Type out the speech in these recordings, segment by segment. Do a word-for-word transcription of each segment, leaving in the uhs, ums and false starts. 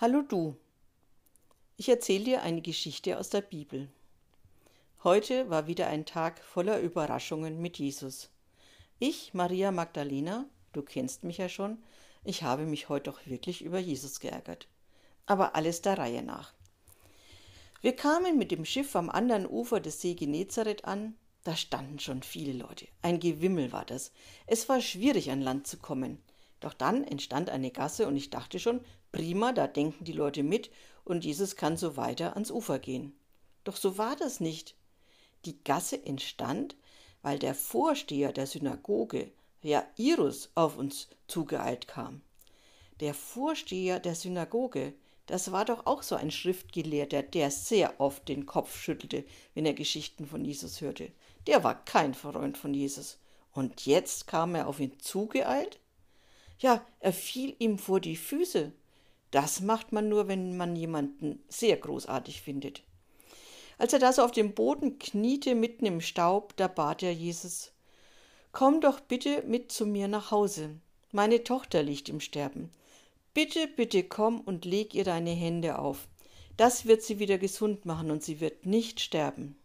Hallo du, ich erzähle dir eine Geschichte aus der Bibel. Heute war wieder ein Tag voller Überraschungen mit Jesus. Ich, Maria Magdalena, du kennst mich ja schon, ich habe mich heute doch wirklich über Jesus geärgert. Aber alles der Reihe nach. Wir kamen mit dem Schiff am anderen Ufer des See Genezareth an. Da standen schon viele Leute. Ein Gewimmel war das. Es war schwierig, an Land zu kommen. Doch dann entstand eine Gasse und ich dachte schon, prima, da denken die Leute mit und Jesus kann so weiter ans Ufer gehen. Doch so war das nicht. Die Gasse entstand, weil der Vorsteher der Synagoge, Jairus, auf uns zugeeilt kam. Der Vorsteher der Synagoge, das war doch auch so ein Schriftgelehrter, der sehr oft den Kopf schüttelte, wenn er Geschichten von Jesus hörte. Der war kein Freund von Jesus. Und jetzt kam er auf ihn zugeeilt? Ja, er fiel ihm vor die Füße. Das macht man nur, wenn man jemanden sehr großartig findet. Als er da so auf dem Boden kniete, mitten im Staub, da bat er Jesus: Komm doch bitte mit zu mir nach Hause. Meine Tochter liegt im Sterben. Bitte, bitte komm und leg ihr deine Hände auf. Das wird sie wieder gesund machen und sie wird nicht sterben.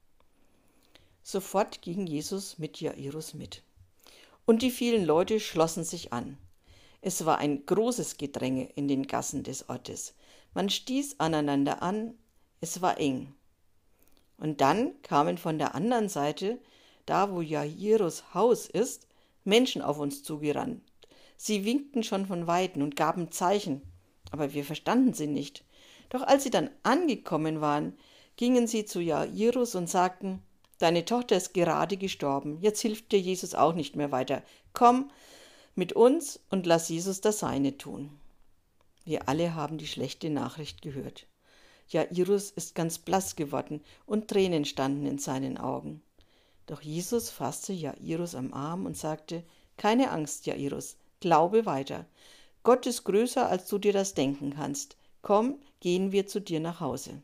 Sofort ging Jesus mit Jairus mit. Und die vielen Leute schlossen sich an. Es war ein großes Gedränge in den Gassen des Ortes. Man stieß aneinander an, es war eng. Und dann kamen von der anderen Seite, da wo Jairus Haus ist, Menschen auf uns zugerannt. Sie winkten schon von Weitem und gaben Zeichen, aber wir verstanden sie nicht. Doch als sie dann angekommen waren, gingen sie zu Jairus und sagten: Deine Tochter ist gerade gestorben, jetzt hilft dir Jesus auch nicht mehr weiter. Komm mit uns und lass Jesus das Seine tun. Wir alle haben die schlechte Nachricht gehört. Jairus ist ganz blass geworden und Tränen standen in seinen Augen. Doch Jesus fasste Jairus am Arm und sagte: Keine Angst, Jairus, glaube weiter. Gott ist größer, als du dir das denken kannst. Komm, gehen wir zu dir nach Hause.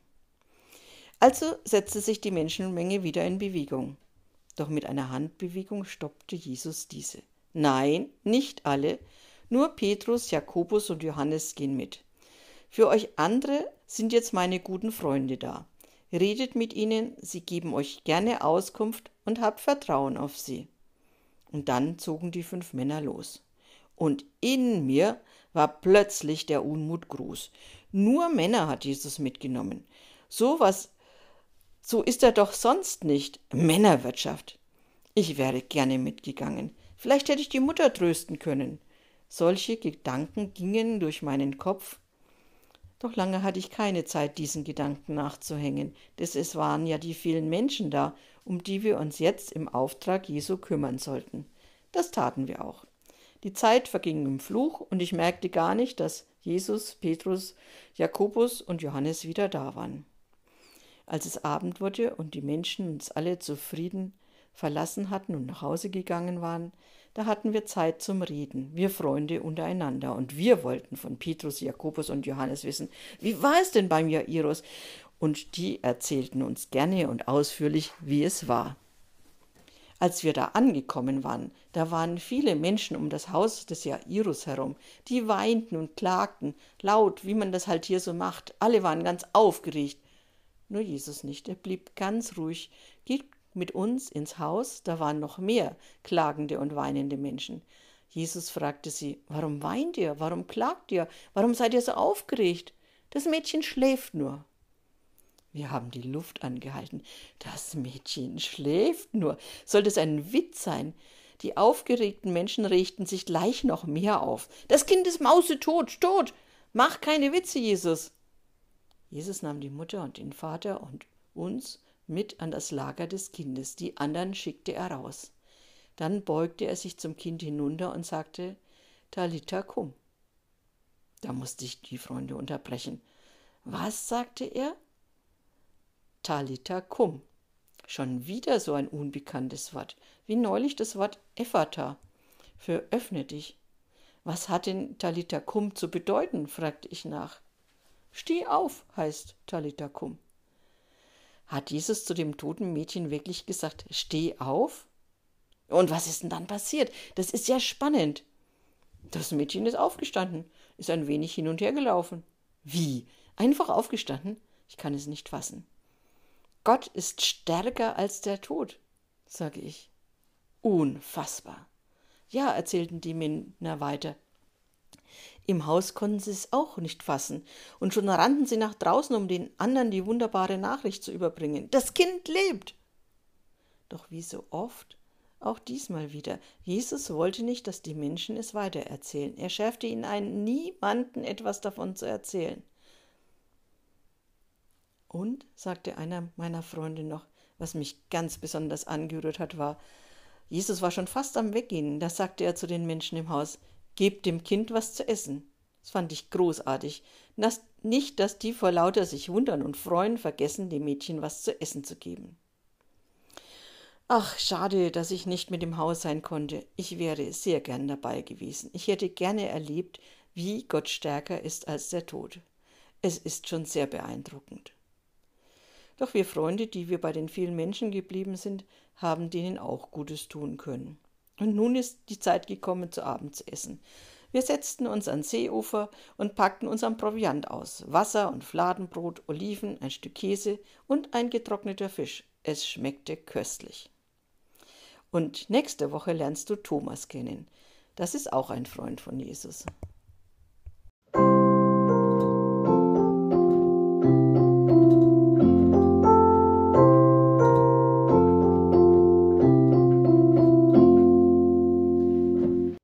Also setzte sich die Menschenmenge wieder in Bewegung. Doch mit einer Handbewegung stoppte Jesus diese. Nein, nicht alle, nur Petrus, Jakobus und Johannes gehen mit. Für euch andere sind jetzt meine guten Freunde da. Redet mit ihnen, sie geben euch gerne Auskunft und habt Vertrauen auf sie. Und dann zogen die fünf Männer los. Und in mir war plötzlich der Unmut groß. Nur Männer hat Jesus mitgenommen. So was, so ist er doch sonst nicht. Männerwirtschaft. Ich wäre gerne mitgegangen. Vielleicht hätte ich die Mutter trösten können. Solche Gedanken gingen durch meinen Kopf. Doch lange hatte ich keine Zeit, diesen Gedanken nachzuhängen, denn es waren ja die vielen Menschen da, um die wir uns jetzt im Auftrag Jesu kümmern sollten. Das taten wir auch. Die Zeit verging im Fluch und ich merkte gar nicht, dass Jesus, Petrus, Jakobus und Johannes wieder da waren. Als es Abend wurde und die Menschen uns alle zufrieden verlassen hatten und nach Hause gegangen waren, da hatten wir Zeit zum Reden, wir Freunde untereinander. Und wir wollten von Petrus, Jakobus und Johannes wissen, wie war es denn beim Jairus? Und die erzählten uns gerne und ausführlich, wie es war. Als wir da angekommen waren, da waren viele Menschen um das Haus des Jairus herum. Die weinten und klagten, laut, wie man das halt hier so macht. Alle waren ganz aufgeregt. Nur Jesus nicht, er blieb ganz ruhig, geht mit uns ins Haus, da waren noch mehr klagende und weinende Menschen. Jesus fragte sie: Warum weint ihr? Warum klagt ihr? Warum seid ihr so aufgeregt? Das Mädchen schläft nur. Wir haben die Luft angehalten. Das Mädchen schläft nur. Soll das ein Witz sein? Die aufgeregten Menschen regten sich gleich noch mehr auf. Das Kind ist mausetot, tot. Mach keine Witze, Jesus. Jesus nahm die Mutter und den Vater und uns mit an das Lager des Kindes. Die anderen schickte er raus. Dann beugte er sich zum Kind hinunter und sagte: Talita kum. Da musste ich die Freunde unterbrechen. Was, sagte er? Talita kum. Schon wieder so ein unbekanntes Wort, wie neulich das Wort Ephata, für öffne dich. Was hat denn Talita kum zu bedeuten, fragte ich nach. Steh auf, heißt Talita kum. Hat Jesus zu dem toten Mädchen wirklich gesagt, steh auf? Und was ist denn dann passiert? Das ist ja spannend. Das Mädchen ist aufgestanden, ist ein wenig hin und her gelaufen. Wie? Einfach aufgestanden? Ich kann es nicht fassen. Gott ist stärker als der Tod, sage ich. Unfassbar. Ja, erzählten die Männer weiter. Im Haus konnten sie es auch nicht fassen, und schon rannten sie nach draußen, um den anderen die wunderbare Nachricht zu überbringen. Das Kind lebt! Doch wie so oft, auch diesmal wieder, Jesus wollte nicht, dass die Menschen es weitererzählen. Er schärfte ihnen ein, niemanden etwas davon zu erzählen. Und, sagte einer meiner Freunde noch, was mich ganz besonders angerührt hat, war, Jesus war schon fast am Weggehen. Da sagte er zu den Menschen im Haus, gebt dem Kind was zu essen. Das fand ich großartig. Das, nicht, dass die vor lauter sich wundern und freuen, vergessen, dem Mädchen was zu essen zu geben. Ach, schade, dass ich nicht mit im Haus sein konnte. Ich wäre sehr gern dabei gewesen. Ich hätte gerne erlebt, wie Gott stärker ist als der Tod. Es ist schon sehr beeindruckend. Doch wir Freunde, die wir bei den vielen Menschen geblieben sind, haben denen auch Gutes tun können. Und nun ist die Zeit gekommen, zu Abend zu essen. Wir setzten uns ans Seeufer und packten unseren Proviant aus. Wasser und Fladenbrot, Oliven, ein Stück Käse und ein getrockneter Fisch. Es schmeckte köstlich. Und nächste Woche lernst du Thomas kennen. Das ist auch ein Freund von Jesus.